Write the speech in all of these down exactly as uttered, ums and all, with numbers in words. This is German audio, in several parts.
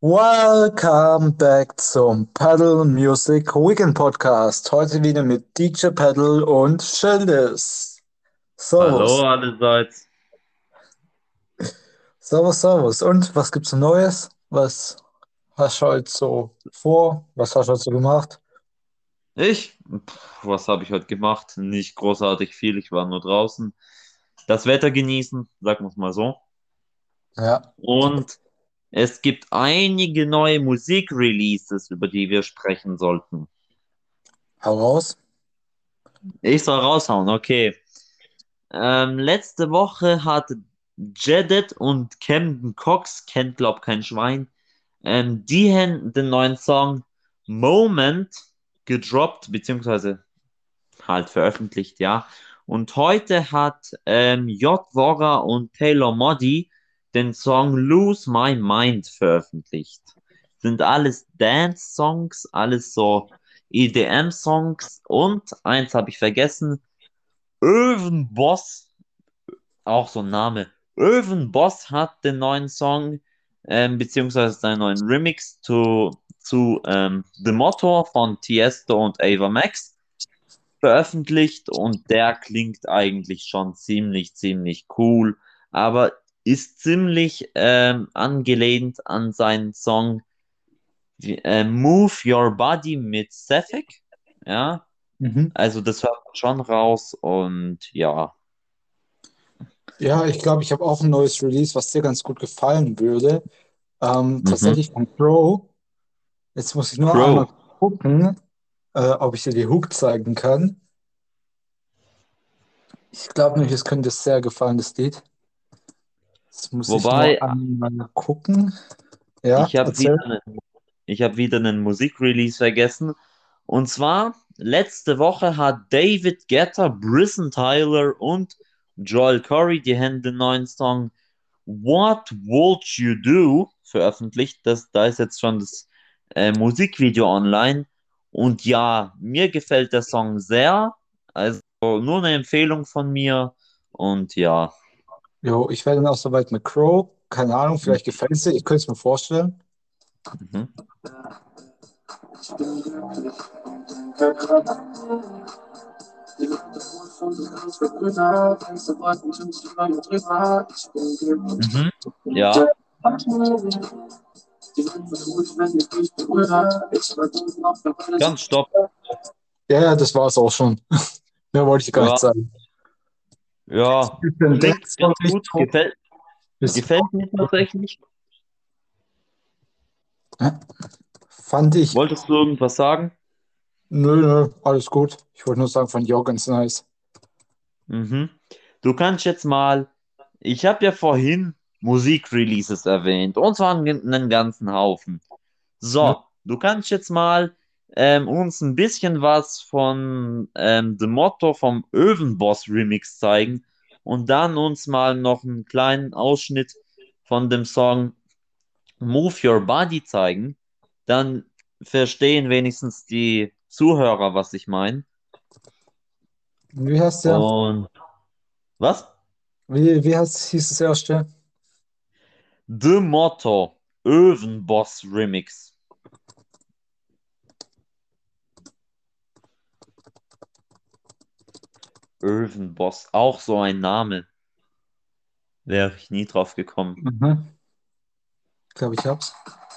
Welcome back zum Paddle Music Weekend Podcast. Heute wieder mit D J Paddle und Schildes. Hallo Servus. allerseits. Servus, Servus. Und was gibt's Neues? Was hast du heute so vor? Was hast du heute so gemacht? Ich, pff, was habe ich heute gemacht? Nicht großartig viel, ich war nur draußen. Das Wetter genießen, sagen wir es mal so. Ja, Und es gibt einige neue Musikreleases, über die wir sprechen sollten. hau raus. Ich soll raushauen, okay. Ähm, letzte Woche hat Jeded und Camden Cox, kennt glaub kein Schwein, ähm, die haben den neuen Song Moment gedroppt, beziehungsweise halt veröffentlicht, ja. Und heute hat ähm, J. Wogger und Taylor Moddy den Song Lose My Mind veröffentlicht. Sind alles Dance-Songs, alles so E D M-Songs und eins habe ich vergessen, Öven Boss, auch so ein Name. Öven Boss hat den neuen Song, ähm, beziehungsweise seinen neuen Remix zu, zu ähm, The Motto von Tiesto und Ava Max veröffentlicht und der klingt eigentlich schon ziemlich, ziemlich cool, aber ist ziemlich ähm, angelehnt an seinen Song wie, äh, Move Your Body mit Sefik. Ja, Mhm. also das hört man schon raus und ja. Ja, ich glaube, ich habe auch ein neues Release, was dir ganz gut gefallen würde. Ähm, Mhm. tatsächlich von Crow. Jetzt muss ich nur einmal Crow. gucken, äh, ob ich dir die Hook zeigen kann. Ich glaube nämlich, es könnte dir sehr gefallen, das Lied. Jetzt muss ich nur Wobei, einmal gucken. Ja, ich habe wieder, erzähl. ne, ich hab wieder einen Musikrelease vergessen. Und zwar, letzte Woche hat David Guetta, Bryson Tyler und Joel Corey, die haben den neuen Song What Would You Do veröffentlicht. Das, da ist jetzt schon das äh, Musikvideo online. Und ja, mir gefällt der Song sehr. Also nur eine Empfehlung von mir. Und ja. Jo, ich werde dann auch soweit mit Crow. Keine Ahnung, vielleicht gefällt es dir. Ich könnte es mir vorstellen. Mhm. Mhm. Ja, ganz stopp. Ja, ja, das war es auch schon. Mehr wollte ich gar nicht Ja, sagen. ja, Bisschen klingt Dance ganz und gut. Richtung. Gefällt, Bisschen, gefällt mir tatsächlich. ja, fand ich. Wolltest du irgendwas sagen? Nö, nö, alles gut. Ich wollte nur sagen, von Jo ganz nice. Mhm. Du kannst jetzt mal, ich habe ja vorhin Musikreleases erwähnt und zwar einen, einen ganzen Haufen. Ja. So, du kannst jetzt mal ähm, uns ein bisschen was von ähm, The Motto vom Övenboss Remix zeigen und dann uns mal noch einen kleinen Ausschnitt von dem Song Move Your Body zeigen. Dann verstehen wenigstens die Zuhörer, was ich meine. Wie heißt der? Und was? Wie, wie heißt, hieß das erste? The Motto Övenboss Remix. Övenboss, auch so ein Name. Wäre ich nie drauf gekommen. Mhm. Ich glaube, ich hab's.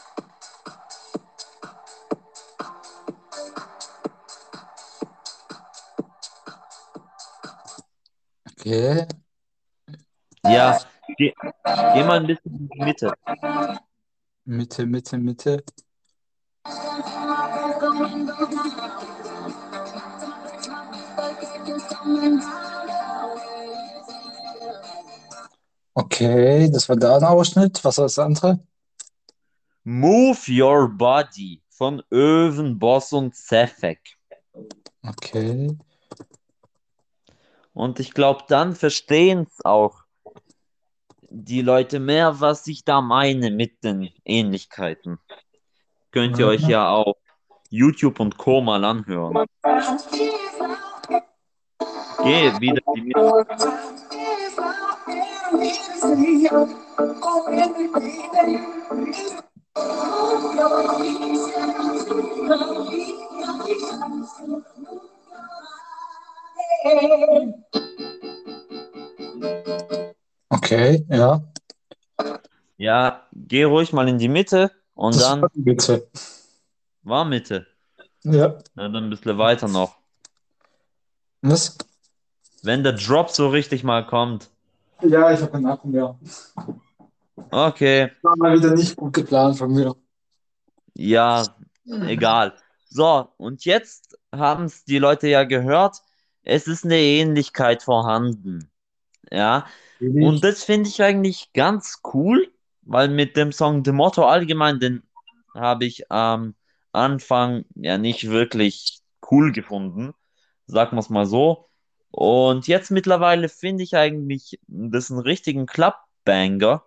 Okay. Ja, geh, geh mal ein bisschen in die Mitte. Mitte, Mitte, Mitte. Okay, das war da ein Ausschnitt. Was war das andere? Move Your Body von Övenboss und Sefek. Okay. Und ich glaube, dann verstehen es auch die Leute mehr, was ich da meine mit den Ähnlichkeiten. Könnt ihr euch Ja. ja auf YouTube und Co. mal anhören. Geh wieder in die Mitte. Okay, ja. Ja, geh ruhig mal in die Mitte und Das war dann die Bitte. war Mitte. Ja. Ja, dann ein bisschen weiter noch. Was? Wenn der Drop so richtig mal kommt. Ja, ich habe einen Akku mehr. Okay, War mal wieder nicht gut geplant von mir. ja, egal. So, und jetzt haben es die Leute ja gehört. Es ist eine Ähnlichkeit vorhanden. Ja, und Ewig. das finde ich eigentlich ganz cool, weil mit dem Song The Motto allgemein, den habe ich am Anfang ja nicht wirklich cool gefunden, sagen wir es mal so. Und jetzt mittlerweile finde ich eigentlich das einen richtigen Clubbanger.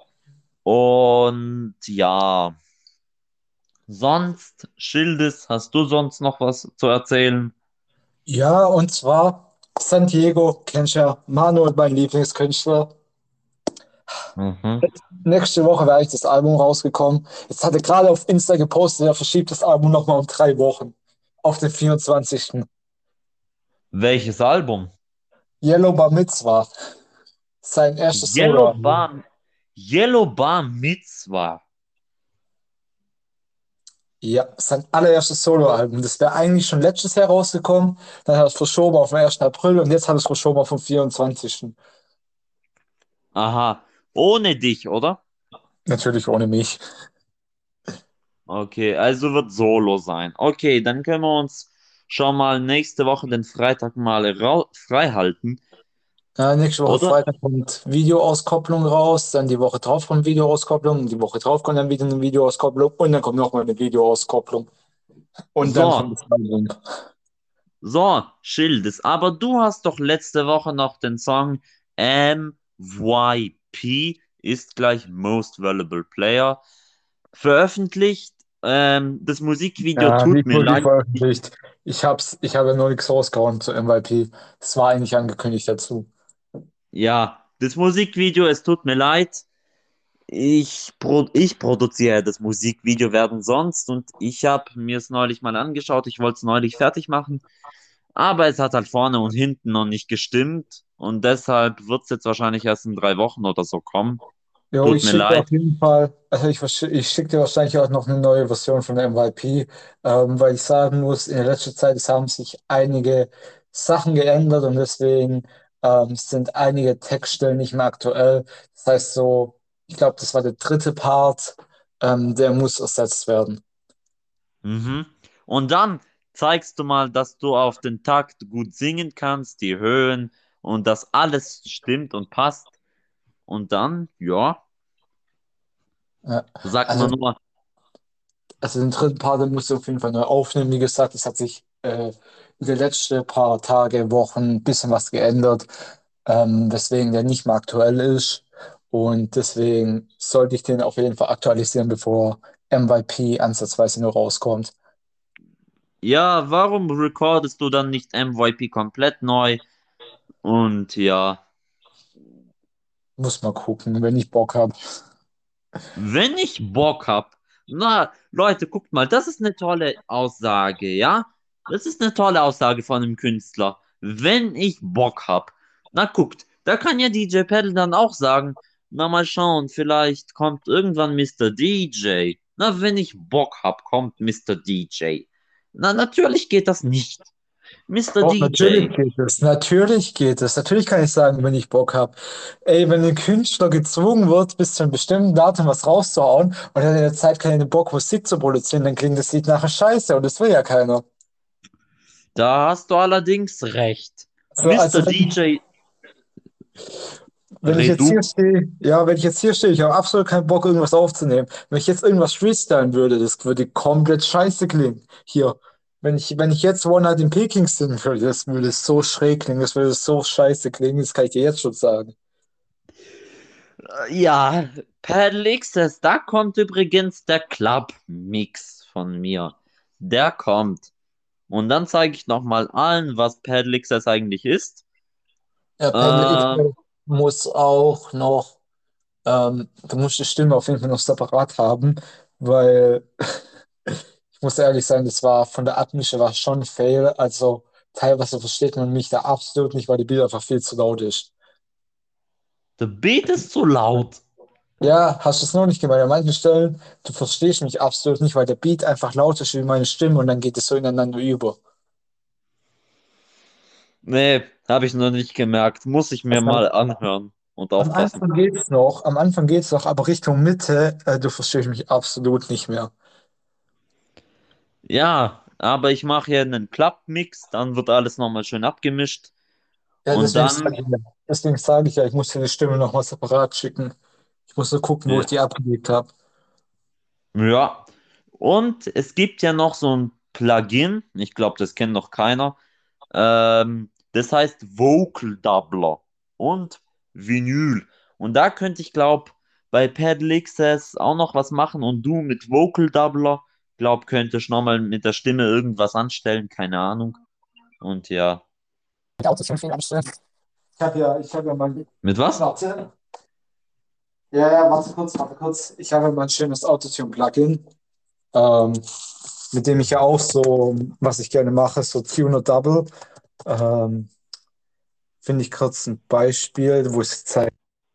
Und ja, sonst, Schildes, hast du sonst noch was zu erzählen? Ja, und zwar San Diego, kennst du ja, Manuel, mein Lieblingskünstler. Mhm. Nächste Woche wäre eigentlich das Album rausgekommen. Jetzt hat er gerade auf Insta gepostet, er verschiebt das Album nochmal um drei Wochen. Auf den vierundzwanzigsten. Welches Album? Yellow Bar Mitzvah. Sein erstes Yellow Soloalbum. Bar, Yellow Bar Mitzvah. Ja, sein allererstes Soloalbum. Das wäre eigentlich schon letztes Jahr rausgekommen. Dann hat er es verschoben auf den ersten April und jetzt hat er es verschoben auf den vierundzwanzigsten. Aha, ohne dich, oder? Natürlich ohne mich. Okay, also wird Solo sein. Okay, dann können wir uns schon mal nächste Woche den Freitag mal rau- frei halten, Äh, nächste Woche oder? Freitag kommt Videoauskopplung raus, dann die Woche drauf kommt Videoauskopplung, die Woche drauf kommt dann wieder eine Videoauskopplung und dann kommt nochmal eine Videoauskopplung. Und dann So, kommt das Album. so, Schildes. Aber du hast doch letzte Woche noch den Song M Y P ist gleich Most Valuable Player veröffentlicht. Ähm, das Musikvideo Ja, tut nicht mir wirklich leid. veröffentlicht. Ich hab's, ich habe nur nichts rausgehauen zu M Y P. Das war eigentlich angekündigt dazu. Ja, das Musikvideo, es tut mir leid. Ich, pro, ich produziere das Musikvideo werden sonst und ich habe mir es neulich mal angeschaut. Ich wollte es neulich fertig machen, aber es hat halt vorne und hinten noch nicht gestimmt und deshalb wird es jetzt wahrscheinlich erst in drei Wochen oder so kommen. Jo, Tut ich mir schicke dir leid. auf jeden Fall, also ich, versch- ich schicke dir wahrscheinlich auch noch eine neue Version von der M Y P, ähm, weil ich sagen muss, in der letzten Zeit es haben sich einige Sachen geändert und deswegen ähm, sind einige Textstellen nicht mehr aktuell. Das heißt so, ich glaube, das war der dritte Part, ähm, der muss ersetzt werden. Mhm. Und dann zeigst du mal, dass du auf den Takt gut singen kannst, die Höhen und dass alles stimmt und passt. Und dann, ja, Ja. sag Also mal nur, Also den dritten Part, den musst du auf jeden Fall neu aufnehmen. Wie gesagt, es hat sich äh, in den letzten paar Tage, Wochen ein bisschen was geändert, ähm, weswegen der nicht mehr aktuell ist. Und deswegen sollte ich den auf jeden Fall aktualisieren, bevor M Y P ansatzweise nur rauskommt. ja, warum recordest du dann nicht M Y P komplett neu? Und ja, Muss mal gucken, wenn ich Bock habe. wenn ich Bock hab, na, Leute, guckt mal, das ist eine tolle Aussage, ja? Das ist eine tolle Aussage von einem Künstler. Wenn ich Bock hab. Na, guckt, da kann ja D J Paddle dann auch sagen, na, mal schauen, vielleicht kommt irgendwann Mister D J. Na, wenn ich Bock hab, kommt Mister D J. Na, natürlich geht das nicht. Mister Doch, natürlich D J. geht es. Natürlich geht es. Natürlich kann ich sagen, wenn ich Bock habe. Ey, wenn ein Künstler gezwungen wird, bis zu einem bestimmten Datum was rauszuhauen und er hat in der Zeit keinen Bock, Musik zu produzieren, dann klingt das Lied nachher scheiße und das will ja keiner. Da hast du allerdings recht. Also, Mister also wenn, D J, wenn ich red jetzt du. hier stehe, ja, wenn ich jetzt hier stehe, ich habe absolut keinen Bock, irgendwas aufzunehmen. Wenn ich jetzt irgendwas freestylen würde, das würde komplett scheiße klingen. Hier, wenn ich, wenn ich jetzt One Night in Peking singen würde, das würde so schräg klingen, das würde so scheiße klingen, das kann ich dir jetzt schon sagen. Ja, Pedal X S, da kommt übrigens der Club-Mix von mir. Der kommt. Und dann zeige ich nochmal allen, was Pedal X S eigentlich ist. Ja, Pendel X Äh, muss auch noch, ähm, du musst die Stimme auf jeden Fall noch separat haben, weil ich muss ehrlich sein, das war von der Abmische war schon ein Fail. Also teilweise versteht man mich da absolut nicht, weil die Beat einfach viel zu laut ist. Der Beat ist zu laut. Ja, hast du es noch nicht gemeint? An manchen Stellen, du verstehst mich absolut nicht, weil der Beat einfach lauter ist wie meine Stimme und dann geht es so ineinander über. Nee, habe ich noch nicht gemerkt. Muss ich mir Also mal anhören und am aufpassen. Anfang geht's noch, am Anfang geht's noch, aber Richtung Mitte, äh, du verstehst mich absolut nicht mehr. Ja, aber ich mache hier einen Club-Mix, dann wird alles nochmal schön abgemischt. Ja, Und deswegen sage dann, ich ja, deswegen sage ich ja, ich muss dir die Stimme nochmal separat schicken. Ich muss nur gucken, wo ich ja, die abgelegt habe. ja. Und es gibt ja noch so ein Plugin, ich glaube, das kennt noch keiner. Ähm, das heißt Vocal Doubler und Vinyl. Und da könnte ich, glaube bei Pedal X S auch noch was machen und du mit Vocal Doubler, glaub, könntest nochmal mit der Stimme irgendwas anstellen, keine Ahnung. Und ja, Mit Autos viel anstellen. Ich habe ja, ich habe ja mein. mit was? Warte. Ja, ja, warte kurz, warte kurz. Ich habe ja mein schönes Autotune-Plugin, ähm, mit dem ich ja auch so, was ich gerne mache, so Tuner Double. Ähm, Finde ich kurz ein Beispiel, wo ich zeige.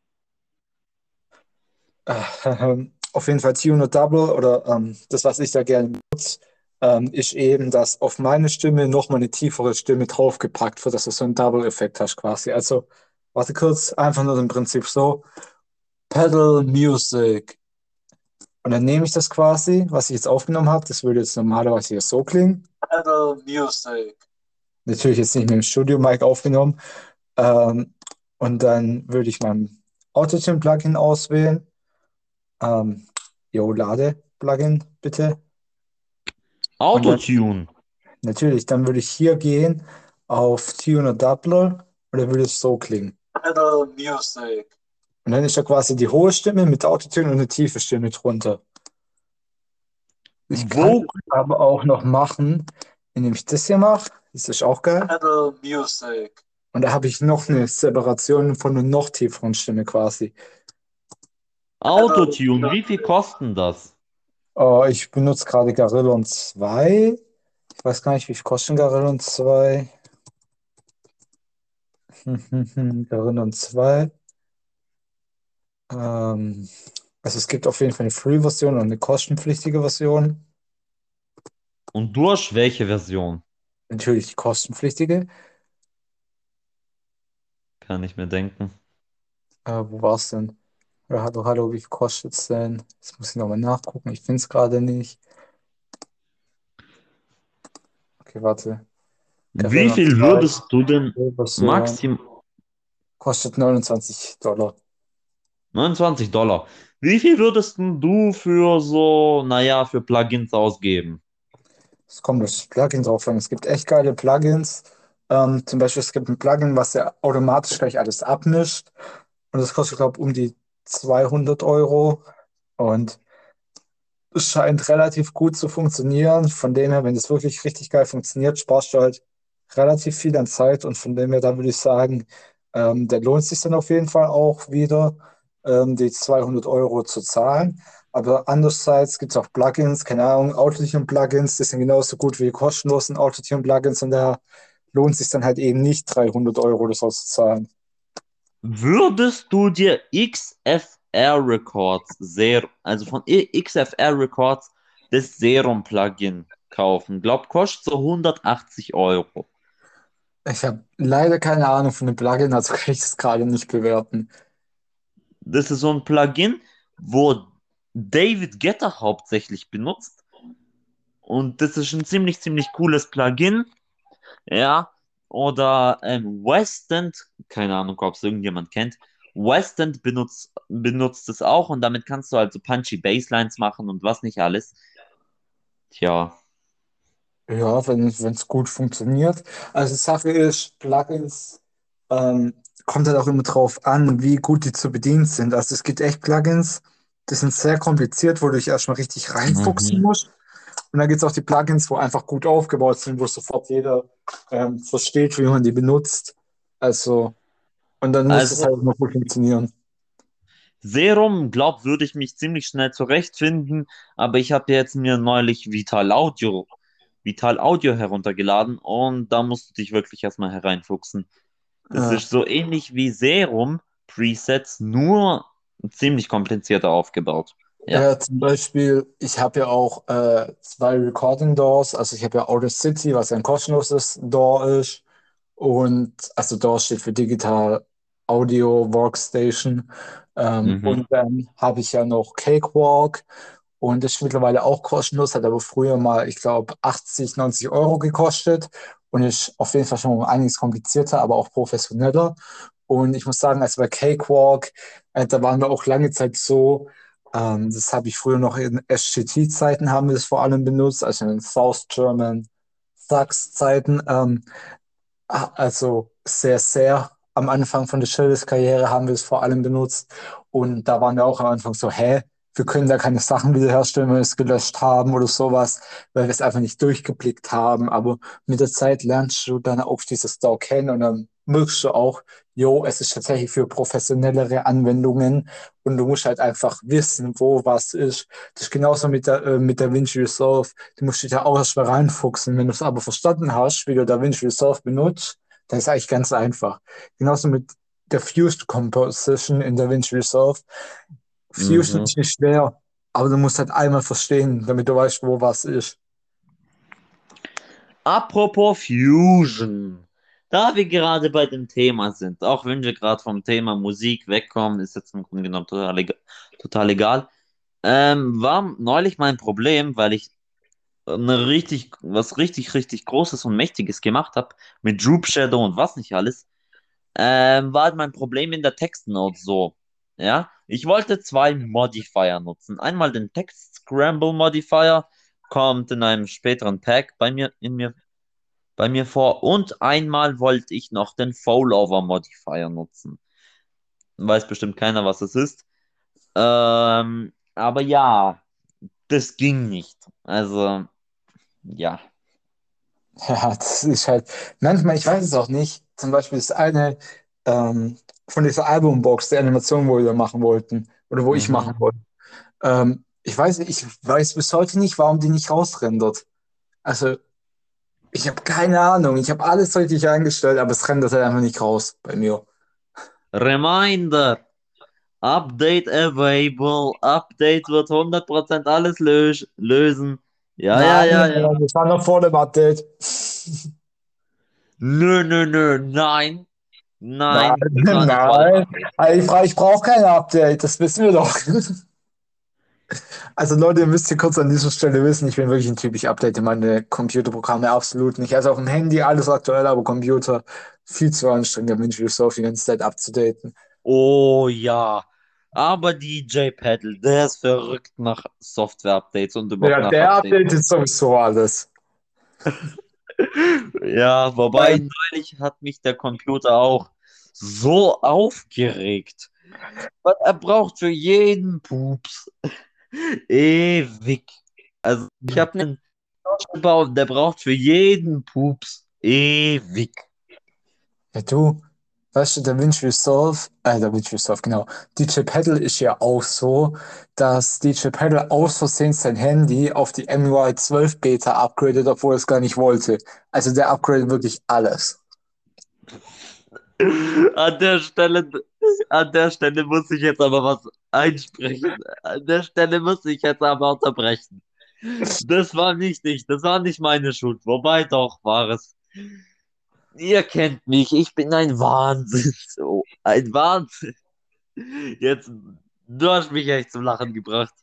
Ähm, auf jeden Fall Tuner Double oder ähm, das, was ich da gerne nutze, ähm, ist eben, dass auf meine Stimme nochmal eine tiefere Stimme draufgepackt wird, dass du so einen Double-Effekt hast quasi. Also, warte kurz, einfach nur im Prinzip so. Pedal Music. Und dann nehme ich das quasi, was ich jetzt aufgenommen habe, das würde jetzt normalerweise hier so klingen. Pedal Music. Natürlich jetzt nicht mit dem Studio-Mic aufgenommen. Ähm, und dann würde ich mein Autotune-Plugin auswählen. Ähm, Jo, lade Plugin bitte. Und dann Autotune. natürlich, dann würde ich hier gehen auf Tuner Doubler und dann würde es so klingen. Pedal Music. Und dann ist da quasi die hohe Stimme mit Autotune und eine tiefe Stimme drunter. Ich kann es Vocal. aber auch noch machen, indem ich das hier mache. Das ist auch geil. Pedal Music. Und da habe ich noch eine Separation von einer noch tieferen Stimme quasi. Pedal. Autotune. Wie viel kosten das? Oh, ich benutze gerade Garillon zwei. Ich weiß gar nicht, wie viel kostet Garillon zwei. Garillon zwei. Ähm, also es gibt auf jeden Fall eine Free-Version und eine kostenpflichtige Version. Und durch welche Version? Natürlich die kostenpflichtige. Kann ich mir denken. Äh, wo war es denn? Ja, hallo, hallo, wie viel kostet es denn? Jetzt muss ich nochmal nachgucken. Ich finde es gerade nicht. Okay, warte. Wie Garillon viel zwei würdest du denn Version maxim kostet neunundzwanzig Dollar. neunundzwanzig Dollar. Wie viel würdest denn du für so, naja, für Plugins ausgeben? Es kommt das Plugin drauf an. Es gibt echt geile Plugins. Ähm, zum Beispiel, es gibt ein Plugin, was ja automatisch gleich alles abmischt. Und das kostet, glaube ich, um die zweihundert Euro. Und es scheint relativ gut zu funktionieren. Von dem her, wenn das wirklich richtig geil funktioniert, sparst du halt relativ viel an Zeit. Und von dem her, da würde ich sagen, ähm, der lohnt sich dann auf jeden Fall auch wieder, ähm, die zweihundert Euro zu zahlen. Aber andererseits gibt es auch Plugins, keine Ahnung, Autotune-Plugins, die sind genauso gut wie die kostenlosen Autotune-Plugins. Und da lohnt sich dann halt eben nicht dreihundert Euro das auszuzahlen. Würdest du dir X F R Records, Ser also von I- X F R Records, das Serum Plugin kaufen? Glaub, kostet so hundertachtzig Euro. Ich habe leider keine Ahnung von dem Plugin, also kann ich das gerade nicht bewerten. Das ist so ein Plugin, wo David Guetta hauptsächlich benutzt. Und das ist ein ziemlich, ziemlich cooles Plugin. Ja. Oder ähm, Westend, keine Ahnung, ob es irgendjemand kennt. Westend benutzt, benutzt es auch und damit kannst du halt so punchy Basslines machen und was nicht alles. Tja. Ja, wenn es gut funktioniert. Also Sache ist, Plugins ähm, kommt halt auch immer drauf an, wie gut die zu bedienen sind. Also es gibt echt Plugins, die sind sehr kompliziert, wo du dich erstmal richtig reinfuchsen Mhm. musst. Und dann gibt es auch die Plugins, wo einfach gut aufgebaut sind, wo sofort jeder ähm, versteht, wie man die benutzt. Also, und dann muss es Also, halt immer gut funktionieren. Serum, glaub, würde ich mich ziemlich schnell zurechtfinden, aber ich habe jetzt mir neulich Vital Audio, Vital Audio heruntergeladen und da musst du dich wirklich erstmal hereinfuchsen. Das Ja. ist so ähnlich wie Serum Presets, nur ziemlich komplizierter aufgebaut. Ja. Ja, zum Beispiel, ich habe ja auch äh, zwei Recording D A Ws. Also ich habe ja Audacity, was ja ein kostenloses D A W ist. Und also D A W steht für Digital Audio Workstation. Ähm, Mhm. und dann habe ich ja noch Cakewalk. Und das ist mittlerweile auch kostenlos, hat aber früher mal, ich glaube, achtzig, neunzig Euro gekostet. Und ist auf jeden Fall schon um einiges komplizierter, aber auch professioneller. Und ich muss sagen, also bei Cakewalk, äh, da waren wir auch lange Zeit so, ähm, das habe ich früher noch in S G T-Zeiten haben wir das vor allem benutzt, also in den South German Thugs-Zeiten. Ähm, ah, also sehr, sehr am Anfang von der Shirley's-Karriere haben wir es vor allem benutzt. Und da waren wir auch am Anfang so, hä, wir können da keine Sachen wiederherstellen, wenn wir es gelöscht haben oder sowas, weil wir es einfach nicht durchgeblickt haben. Aber mit der Zeit lernst du dann auch dieses D A W kennen und dann merkst du auch, jo, es ist tatsächlich für professionellere Anwendungen und du musst halt einfach wissen, wo was ist. Das ist genauso mit der, äh, mit DaVinci Resolve. Du musst dich da auch erst mal reinfuchsen. Wenn du es aber verstanden hast, wie du DaVinci Resolve benutzt, dann ist eigentlich ganz einfach. Genauso mit der Fused Composition in DaVinci Resolve. Fusion Mhm. ist nicht schwer, aber du musst halt einmal verstehen, damit du weißt, wo was ist. Apropos Fusion. Da wir gerade bei dem Thema sind, auch wenn wir gerade vom Thema Musik wegkommen, ist jetzt im Grunde genommen total, egal- total egal. Ähm, war neulich mein Problem, weil ich eine richtig, was richtig, richtig Großes und Mächtiges gemacht habe, mit Droop Shadow und was nicht alles, ähm, war halt mein Problem in der Textnote so. Ja, ich wollte zwei Modifier nutzen. Einmal den Text Scramble Modifier, kommt in einem späteren Pack bei mir, in mir, bei mir vor. Und einmal wollte ich noch den Failover Modifier nutzen. Weiß bestimmt keiner, was es ist. Ähm, aber ja, das ging nicht. Also, ja. Ja, das ist halt, manchmal, ich weiß es auch nicht, zum Beispiel das eine ähm, von dieser Albumbox, der Animation, wo wir machen wollten, oder wo ich machen Mhm. wollte. Ähm, ich weiß, ich weiß bis heute nicht, warum die nicht rausrendert. Also, ich habe keine Ahnung. Ich habe alles richtig eingestellt, aber es rendert halt einfach nicht raus bei mir. Reminder. Update available. Update wird hundert Prozent alles lös lösen. Ja, ja, Nein, ja, ja. wir waren noch vor dem Update. Nö, nö, nö. Nein. Nein, Nein. Das war nicht vor dem nein. Update. Also ich frage, ich brauche kein Update, das wissen wir doch. Also Leute, ihr müsst hier kurz an dieser Stelle wissen, ich bin wirklich ein Typ, ich update meine Computerprogramme absolut nicht. Also auf dem Handy alles aktuell, aber Computer viel zu anstrengend, da bin ich so auf die ganze Zeit abzudaten. Oh ja. Aber D J Paddle, der ist verrückt nach Software-Updates und überhaupt Ja, nach der Updates. updatet sowieso alles. Ja, wobei Weil, neulich hat mich der Computer auch so aufgeregt. Was er braucht für jeden Pups. Ewig. Also ich habe einen gebaut, der braucht für jeden Pups ewig. ja, du, weißt du, DaVinci Resolve, äh, DaVinci Resolve, genau. D J Paddle ist ja auch so, dass D J Paddle aus Versehen sein Handy auf die M U I zwölf Beta upgradet, obwohl er es gar nicht wollte. Also der upgradet wirklich alles. An der Stelle, an der Stelle muss ich jetzt aber was einsprechen. An der Stelle muss ich jetzt aber unterbrechen. Das war nicht ich, das war nicht meine Schuld. Wobei doch war es. Ihr kennt mich, ich bin ein Wahnsinn. So, ein Wahnsinn. Jetzt, du hast mich echt zum Lachen gebracht.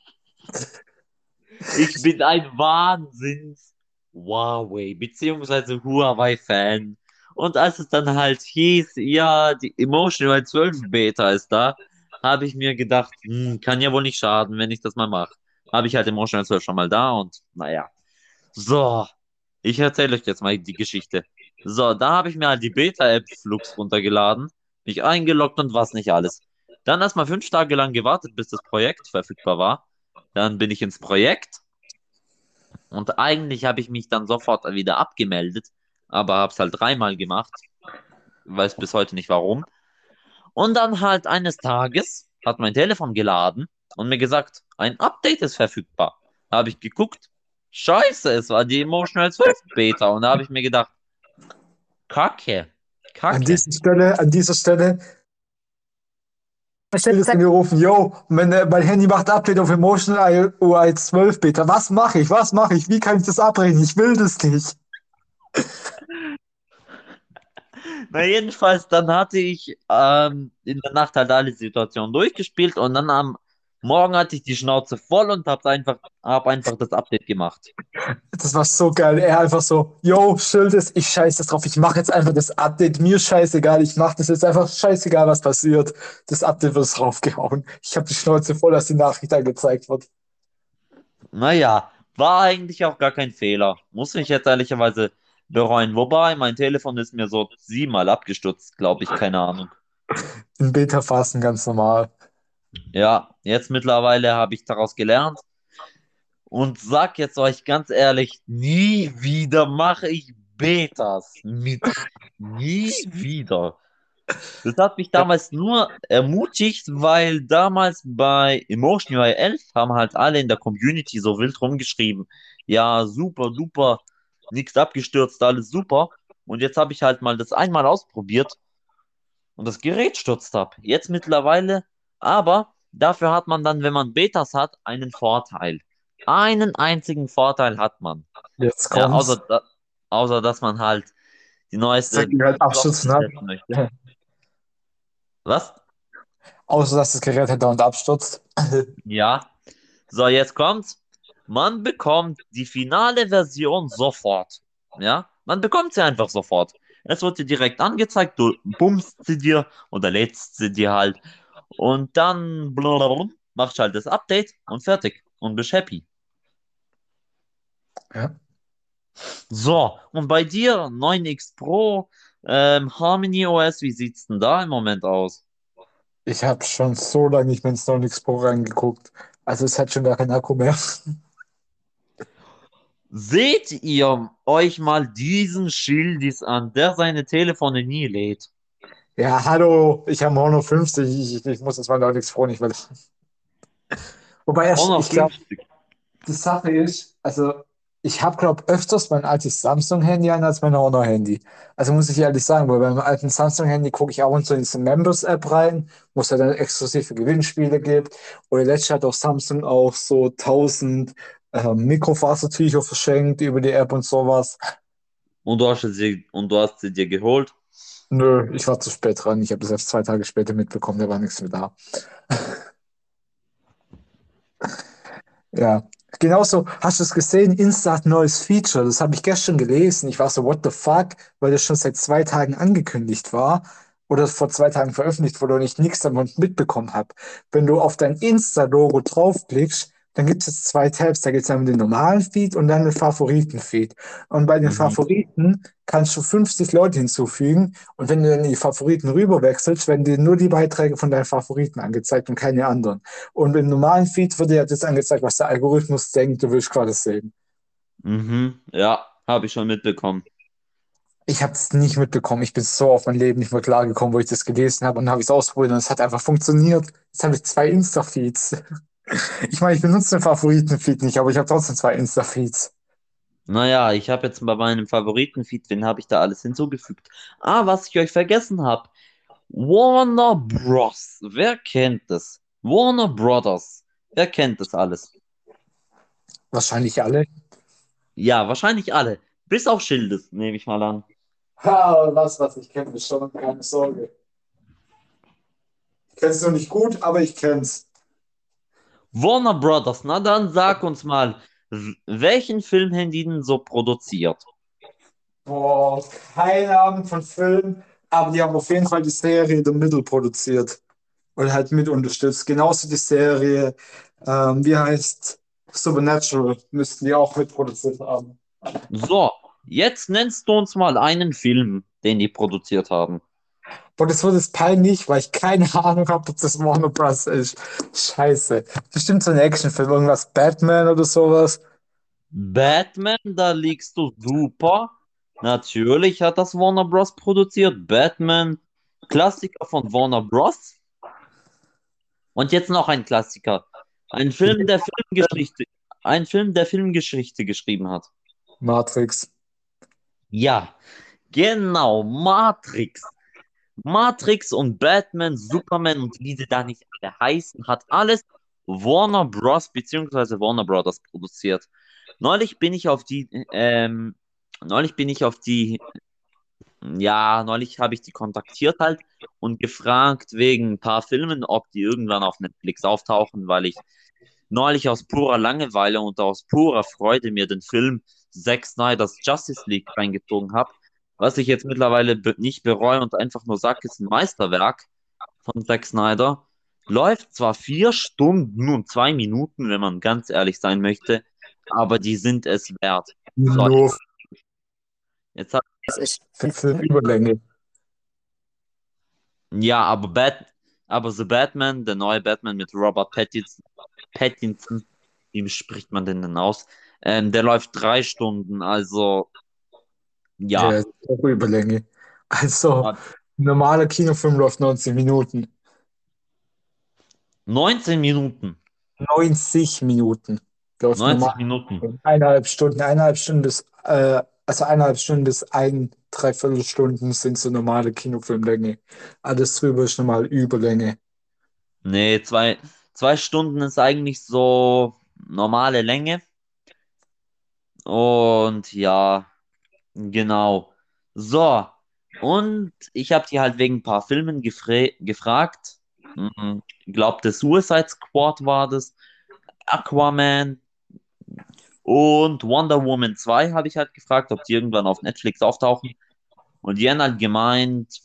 Ich bin ein Wahnsinns Huawei beziehungsweise Huawei-Fan. Und als es dann halt hieß, ja, die Emotion U I zwölf Beta ist da, habe ich mir gedacht, hm, kann ja wohl nicht schaden, wenn ich das mal mache. Habe ich halt Emotion U I zwölf schon mal da und naja. So, ich erzähle euch jetzt mal die Geschichte. So, da habe ich mir halt die Beta-App Flux runtergeladen, mich eingeloggt und was nicht alles. Dann erstmal fünf Tage lang gewartet, bis das Projekt verfügbar war. Dann bin ich ins Projekt und eigentlich habe ich mich dann sofort wieder abgemeldet, aber habe es halt dreimal gemacht, weiß bis heute nicht warum. Und dann halt eines Tages hat mein Telefon geladen und mir gesagt, ein Update ist verfügbar. Da habe ich geguckt, scheiße, es war die Emotional zwölf Beta. Und da habe ich mir gedacht, Kacke, An Kacke. dieser Stelle, an dieser Stelle, ich hätte es gerufen, yo, mein, äh, mein Handy macht Update auf Emotion U I zwölf Beta. Was mache ich? Was mache ich? Wie kann ich das abbrechen? Ich will das nicht. Na, jedenfalls, dann hatte ich ähm, in der Nacht halt alle Situationen durchgespielt und dann am Morgen hatte ich die Schnauze voll und hab einfach, hab einfach das Update gemacht. Das war so geil. Er einfach so, yo, Schild ist, ich scheiße drauf. Ich mache jetzt einfach das Update. Mir scheißegal. Ich mache das jetzt einfach scheißegal, was passiert. Das Update wird draufgehauen. Ich habe die Schnauze voll, dass die Nachricht angezeigt wird. Naja, war eigentlich auch gar kein Fehler. Muss ich jetzt ehrlicherweise bereuen. Wobei, mein Telefon ist mir so siebenmal abgestürzt, glaube ich, keine Ahnung. In Beta-Phasen ganz normal. Ja, jetzt mittlerweile habe ich daraus gelernt und sag jetzt euch ganz ehrlich, nie wieder mache ich Betas mit. Nie wieder. Das hat mich damals nur ermutigt, weil damals bei Emotion U I elf haben halt alle in der Community so wild rumgeschrieben. Ja, super, duper, nichts abgestürzt, alles super. Und jetzt habe ich halt mal das einmal ausprobiert und das Gerät stürzt ab. Jetzt mittlerweile, aber dafür hat man dann, wenn man Betas hat, einen Vorteil. Einen einzigen Vorteil hat man. Jetzt Ja, kommt's. außer, da, außer dass man halt die Sag neueste mir halt abstürzen Software hat. testen möchte. Was? Außer, dass das Gerät halt dauernd abstürzt. Ja. So, jetzt kommt's. Man bekommt die finale Version sofort. Ja, man bekommt sie einfach sofort. Es wird dir direkt angezeigt, du bummst sie dir oder lädst sie dir halt. Und dann blablabla, machst halt das Update und fertig. Und bist happy. Ja. So, und bei dir, neun X Pro, ähm, Harmony O S, wie sieht's denn da im Moment aus? Ich habe schon so lange nicht mehr ins Stone Explorer reingeguckt. Also es hat schon gar keinen Akku mehr. Seht ihr euch mal diesen Schildis an, der seine Telefone nie lädt? Ja, hallo, ich habe Honor fünfzig. Ich, ich, ich muss jetzt mal Stone Explorer nicht mehr. Wobei, er- Honor ich glaube, fünfzig. die Sache ist, also ich habe, glaube öfters mein altes Samsung-Handy an als mein Honor-Handy. Also muss ich ehrlich sagen, weil beim alten Samsung-Handy gucke ich auch und zu in diese Members-App rein, wo es ja dann exklusive Gewinnspiele gibt. Oder letztes hat auch Samsung auch so tausend ähm, Mikrofasertücher verschenkt über die App und sowas. Und du hast sie, und du hast sie dir geholt. Nö, ich war zu spät dran. Ich habe das erst zwei Tage später mitbekommen, da war nichts mehr da. Ja, genauso, hast du es gesehen? Insta hat ein neues Feature. Das habe ich gestern gelesen. Ich war so, what the fuck, weil das schon seit zwei Tagen angekündigt war oder vor zwei Tagen veröffentlicht wurde und ich nichts davon mitbekommen habe. Wenn du auf dein Insta-Logo draufklickst, dann gibt es jetzt zwei Tabs. Da gibt es einmal den normalen Feed und dann den Favoriten-Feed. Und bei den Mhm. Favoriten kannst du fünfzig Leute hinzufügen. Und wenn du dann in die Favoriten rüber wechselst, werden dir nur die Beiträge von deinen Favoriten angezeigt und keine anderen. Und im normalen Feed wird dir das angezeigt, was der Algorithmus denkt, du willst gerade sehen. Mhm. Ja, habe ich schon mitbekommen. Ich habe es nicht mitbekommen. Ich bin so auf mein Leben nicht mehr klargekommen, wo ich das gelesen habe. Und dann habe ich es ausprobiert und es hat einfach funktioniert. Jetzt habe ich zwei Insta-Feeds. Ich meine, ich benutze den Favoriten-Feed nicht, aber ich habe trotzdem zwei Insta-Feeds. Naja, ich habe jetzt bei meinem Favoritenfeed, wen habe ich da alles hinzugefügt? Ah, was ich euch vergessen habe. Warner Bros. Wer kennt das? Warner Brothers. Wer kennt das alles? Wahrscheinlich alle. Ja, wahrscheinlich alle. Bis auf Schildes, nehme ich mal an. Ha, was, was ich kenne, ist schon keine Sorge. Ich kenne es noch nicht gut, aber ich kenne es. Warner Brothers, na dann sag uns mal, w- welchen Film haben die denn so produziert? Boah, keine Ahnung von Film, aber die haben auf jeden Fall die Serie The Middle produziert und halt mit unterstützt. Genauso die Serie, ähm, wie heißt Supernatural, müssten die auch mitproduziert haben. So, jetzt nennst du uns mal einen Film, den die produziert haben. Und es wird jetzt peinlich, weil ich keine Ahnung habe, ob das Warner Bros. Ist. Scheiße. Bestimmt so ein Actionfilm, irgendwas Batman oder sowas. Batman, da liegst du super. Natürlich hat das Warner Bros. Produziert. Batman, Klassiker von Warner Bros. Und jetzt noch ein Klassiker. Ein Film, der Filmgeschichte, ein Film, der Filmgeschichte geschrieben hat. Matrix. Ja, genau, Matrix. Matrix und Batman, Superman und wie sie da nicht alle heißen, hat alles Warner Bros. Beziehungsweise Warner Brothers produziert. Neulich bin ich auf die, ähm, neulich bin ich auf die, ja, neulich habe ich die kontaktiert halt und gefragt wegen ein paar Filmen, ob die irgendwann auf Netflix auftauchen, weil ich neulich aus purer Langeweile und aus purer Freude mir den Film Zack Snyder's Justice League reingezogen habe, was ich jetzt mittlerweile be nicht bereue und einfach nur sage, ist ein Meisterwerk von Zack Snyder. Läuft zwar vier Stunden und zwei Minuten, wenn man ganz ehrlich sein möchte, aber die sind es wert. So, Nur jetzt hat, das ist echt Film Überlänge. ja, aber Bat, aber The Batman, der neue Batman mit Robert Pattinson, Pattinson, wie spricht man den denn aus? Ähm, der läuft drei Stunden, also Ja, ja, das ist auch Überlänge. Also, ein normaler Kinofilm läuft neunzig Minuten. neunzehn Minuten, neunzig Minuten läuft normal. neunzig Minuten. Eineinhalb Stunden, eineinhalb Stunden bis, äh, also eineinhalb Stunden bis ein, dreiviertel Stunden sind so normale Kinofilmlänge. Alles drüber ist normal Überlänge. Nee, zwei, zwei Stunden ist eigentlich so normale Länge. Und ja, genau. So, und ich habe die halt wegen ein paar Filmen gefra gefragt. Mhm. Ich glaube, The Suicide Squad war das, Aquaman und Wonder Woman zwei habe ich halt gefragt, ob die irgendwann auf Netflix auftauchen. Und die haben halt gemeint,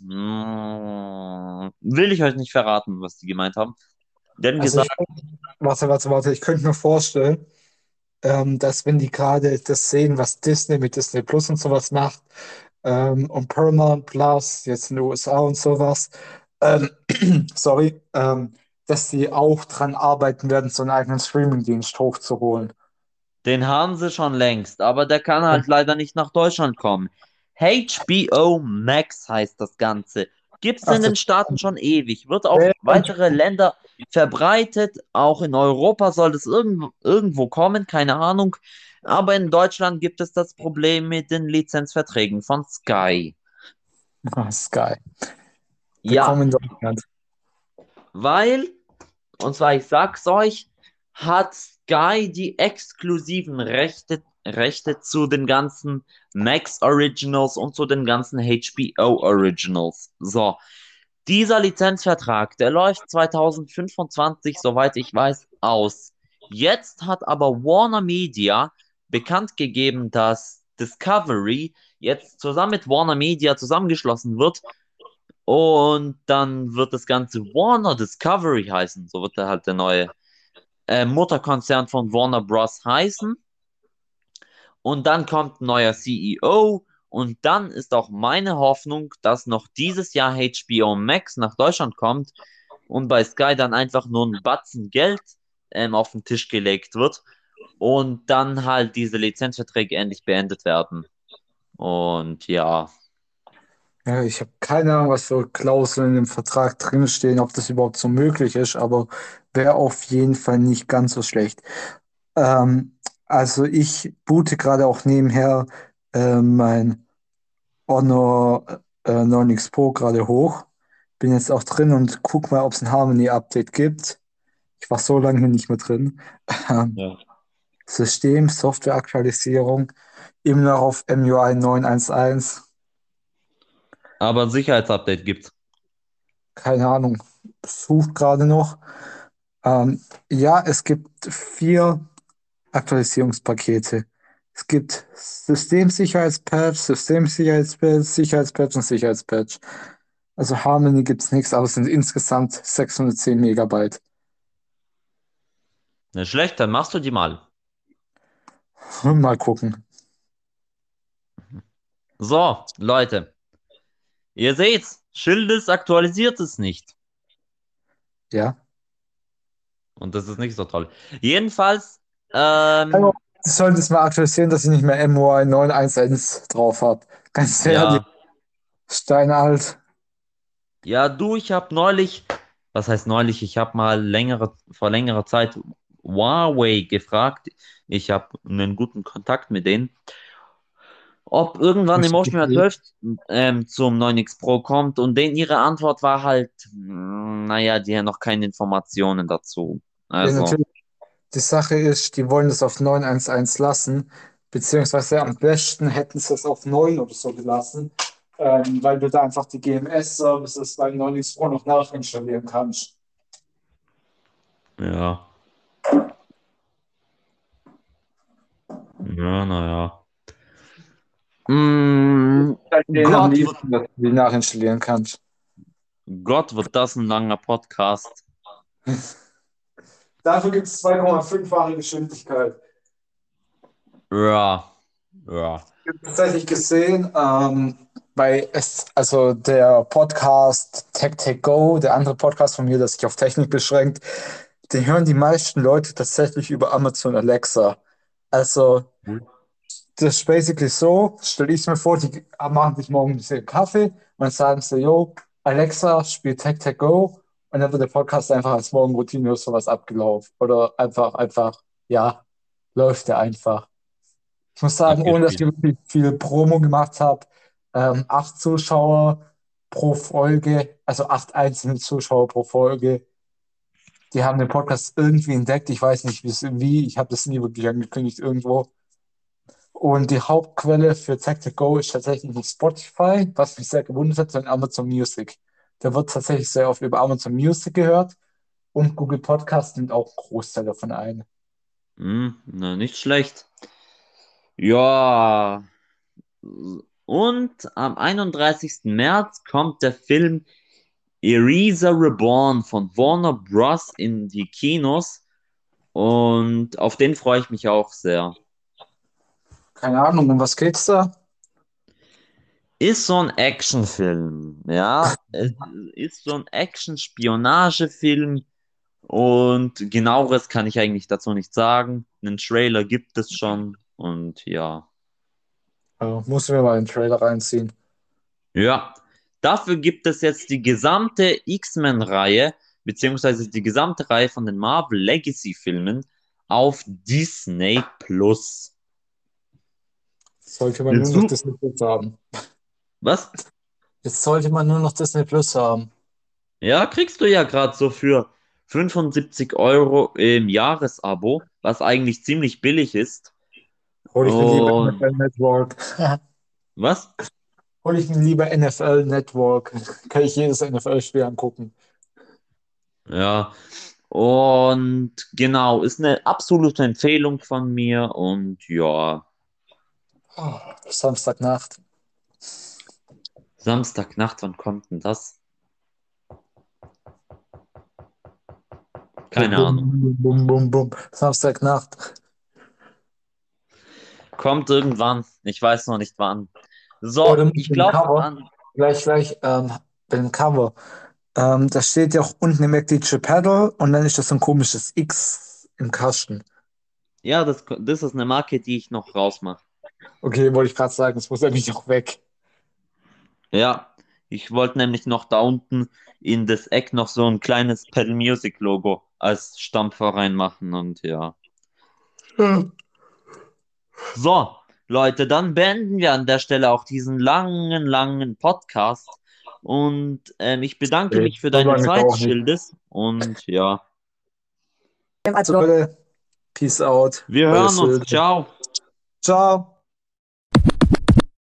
mm, will ich euch nicht verraten, was die gemeint haben. Die haben Also gesagt, ich, warte, warte, warte, ich könnte mir vorstellen, ähm, dass wenn die gerade das sehen, was Disney mit Disney Plus und sowas macht, ähm, und Paramount Plus, jetzt in den U S A und sowas, ähm, sorry, ähm, dass sie auch dran arbeiten werden, so einen eigenen Streaming-Dienst hochzuholen. den haben sie schon längst, aber der kann halt leider nicht nach Deutschland kommen. H B O Max heißt das Ganze. Gibt's Ach, in das, den Staaten schon ewig, wird auf äh, weitere Länder verbreitet. Auch in Europa soll es irgendwo, irgendwo kommen, keine Ahnung. Aber in Deutschland gibt es das Problem mit den Lizenzverträgen von Sky. ah, Sky. Ja, Willkommen in Deutschland. weil, und zwar, ich sag's euch, hat Sky die exklusiven Rechte, Rechte zu den ganzen Max Originals und zu den ganzen H B O Originals. So, dieser Lizenzvertrag, der läuft zwanzig fünfundzwanzig, soweit ich weiß, aus. Jetzt hat aber Warner Media bekannt gegeben, dass Discovery jetzt zusammen mit Warner Media zusammengeschlossen wird und dann wird das Ganze Warner Discovery heißen. So wird da halt der neue äh, Mutterkonzern von Warner Bros. Heißen. Und dann kommt ein neuer C E O. Und dann ist auch meine Hoffnung, dass noch dieses Jahr H B O Max nach Deutschland kommt und bei Sky dann einfach nur ein Batzen Geld ähm, auf den Tisch gelegt wird und dann halt diese Lizenzverträge endlich beendet werden. Und ja, Ja, ich habe keine Ahnung, was für Klauseln im Vertrag drinstehen, ob das überhaupt so möglich ist, aber wäre auf jeden Fall nicht ganz so schlecht. Ähm, also ich boote gerade auch nebenher äh, mein Honor äh, neun X Pro gerade hoch. Bin jetzt auch drin und guck mal, ob es ein Harmony-Update gibt. Ich war so lange hier nicht mehr drin. Ähm, ja. System, Softwareaktualisierung, immer noch auf M U I neun Punkt elf. Aber ein Sicherheitsupdate gibt's. Keine Ahnung, sucht gerade noch. Ähm, ja, es gibt vier Aktualisierungspakete. Es gibt Systemsicherheitspatch, Systemsicherheitspatch, Sicherheitspatch und Sicherheitspatch. Also Harmony gibt es nichts, aber es sind insgesamt sechshundertzehn Megabyte. Nicht schlecht, dann machst du die mal. Mal gucken. So, Leute, ihr seht's, Schildes aktualisiert es nicht. Ja. Und das ist nicht so toll. Jedenfalls, Also, ähm, du solltest mal aktualisieren, dass ich nicht mehr M U I neun Punkt elf drauf habe. Ganz ehrlich, ja, steinalt. ja, du, ich habe neulich was heißt neulich, ich habe mal längere, vor längerer Zeit Huawei gefragt. Ich habe einen guten Kontakt mit denen, ob irgendwann Nicht Emotional gedreht. zwölf ähm, zum neun X Pro kommt und denen ihre Antwort war halt, mh, naja, die haben noch keine Informationen dazu. Ja, Also, natürlich. Die Sache ist, die wollen das auf neun eins eins lassen, beziehungsweise am besten hätten sie es auf neun oder so gelassen, ähm, weil du da einfach die G M S-Services beim neun X Pro noch nachinstallieren kannst. ja, ja, naja. Mm, Bei denen am Gott wird, liebsten, dass du die nachinstallieren kannst. Gott wird das ein langer Podcast. Dafür gibt es zwei Komma fünf-fache Geschwindigkeit. Ja, ja. Ich habe tatsächlich gesehen, ähm, bei es, also der Podcast Tech Tech Go, der andere Podcast von mir, der sich auf Technik beschränkt, den hören die meisten Leute tatsächlich über Amazon Alexa. Also, das ist basically so, stelle ich mir vor, die machen sich morgen ein bisschen Kaffee und dann sagen sie, yo, Alexa, spiel Tech Tech Go und dann wird der Podcast einfach als Morgenroutine oder sowas abgelaufen. Oder einfach, einfach, ja, läuft der einfach. Ich muss sagen, ohne dass ich Abgespielt. wirklich viel Promo gemacht habe, ähm, acht Zuschauer pro Folge, also acht einzelne Zuschauer pro Folge, die haben den Podcast irgendwie entdeckt. Ich weiß nicht wie's- wie, ich habe das nie wirklich angekündigt irgendwo. Und die Hauptquelle für Tech2Go ist tatsächlich nicht Spotify, was mich sehr gewundert hat, sondern Amazon Music. Der wird tatsächlich sehr oft über Amazon Music gehört und Google Podcast nimmt auch einen Großteil davon ein. Hm, na, nicht schlecht. Ja, und am einunddreißigsten März kommt der Film Eraser Reborn von Warner Bros. In die Kinos und auf den freue ich mich auch sehr. Keine Ahnung, um was geht's da? Ist so ein Actionfilm, ja. Es ist so ein Action-Spionagefilm und genaueres kann ich eigentlich dazu nicht sagen. Einen Trailer gibt es schon und ja. Äh, muss mir mal den Trailer reinziehen. Ja, dafür gibt es jetzt die gesamte X-Men-Reihe, beziehungsweise die gesamte Reihe von den Marvel Legacy-Filmen auf Disney Plus. Sollte man nur Willst noch du? Disney Plus haben. Was? Jetzt sollte man nur noch Disney Plus haben. Ja, kriegst du ja gerade so für fünfundsiebzig Euro im Jahresabo, was eigentlich ziemlich billig ist. Hol ich mir lieber Und N F L Network. was? Hol ich mir lieber N F L Network. Kann ich jedes N F L-Spiel angucken. Ja. Und genau, ist eine absolute Empfehlung von mir und ja, Oh, Samstagnacht. Samstagnacht, wann kommt denn das? Bum, Keine bum, Ahnung. bum, bum, bum. Samstagnacht. Kommt irgendwann. Ich weiß noch nicht wann. Oder So, mit ich dem glaube Cover. an. Gleich, gleich, ähm, beim Cover. Ähm, da steht ja auch unten im Eckliche Pedal und dann ist das so ein komisches X im Kasten. Ja, das, das ist eine Marke, die ich noch rausmache. Okay, wollte ich gerade sagen, das muss eigentlich auch weg. Ja, ich wollte nämlich noch da unten in das Eck noch so ein kleines Pedal Music Logo als Stampfer reinmachen und ja. Ja. So, Leute, dann beenden wir an der Stelle auch diesen langen, langen Podcast. Und ähm, ich bedanke Okay, mich für so deine lange ist Zeit, auch nicht. Schildes. Und ja, Also, Leute, Peace out. wir Euer hören uns. Schild. Ciao. Ciao.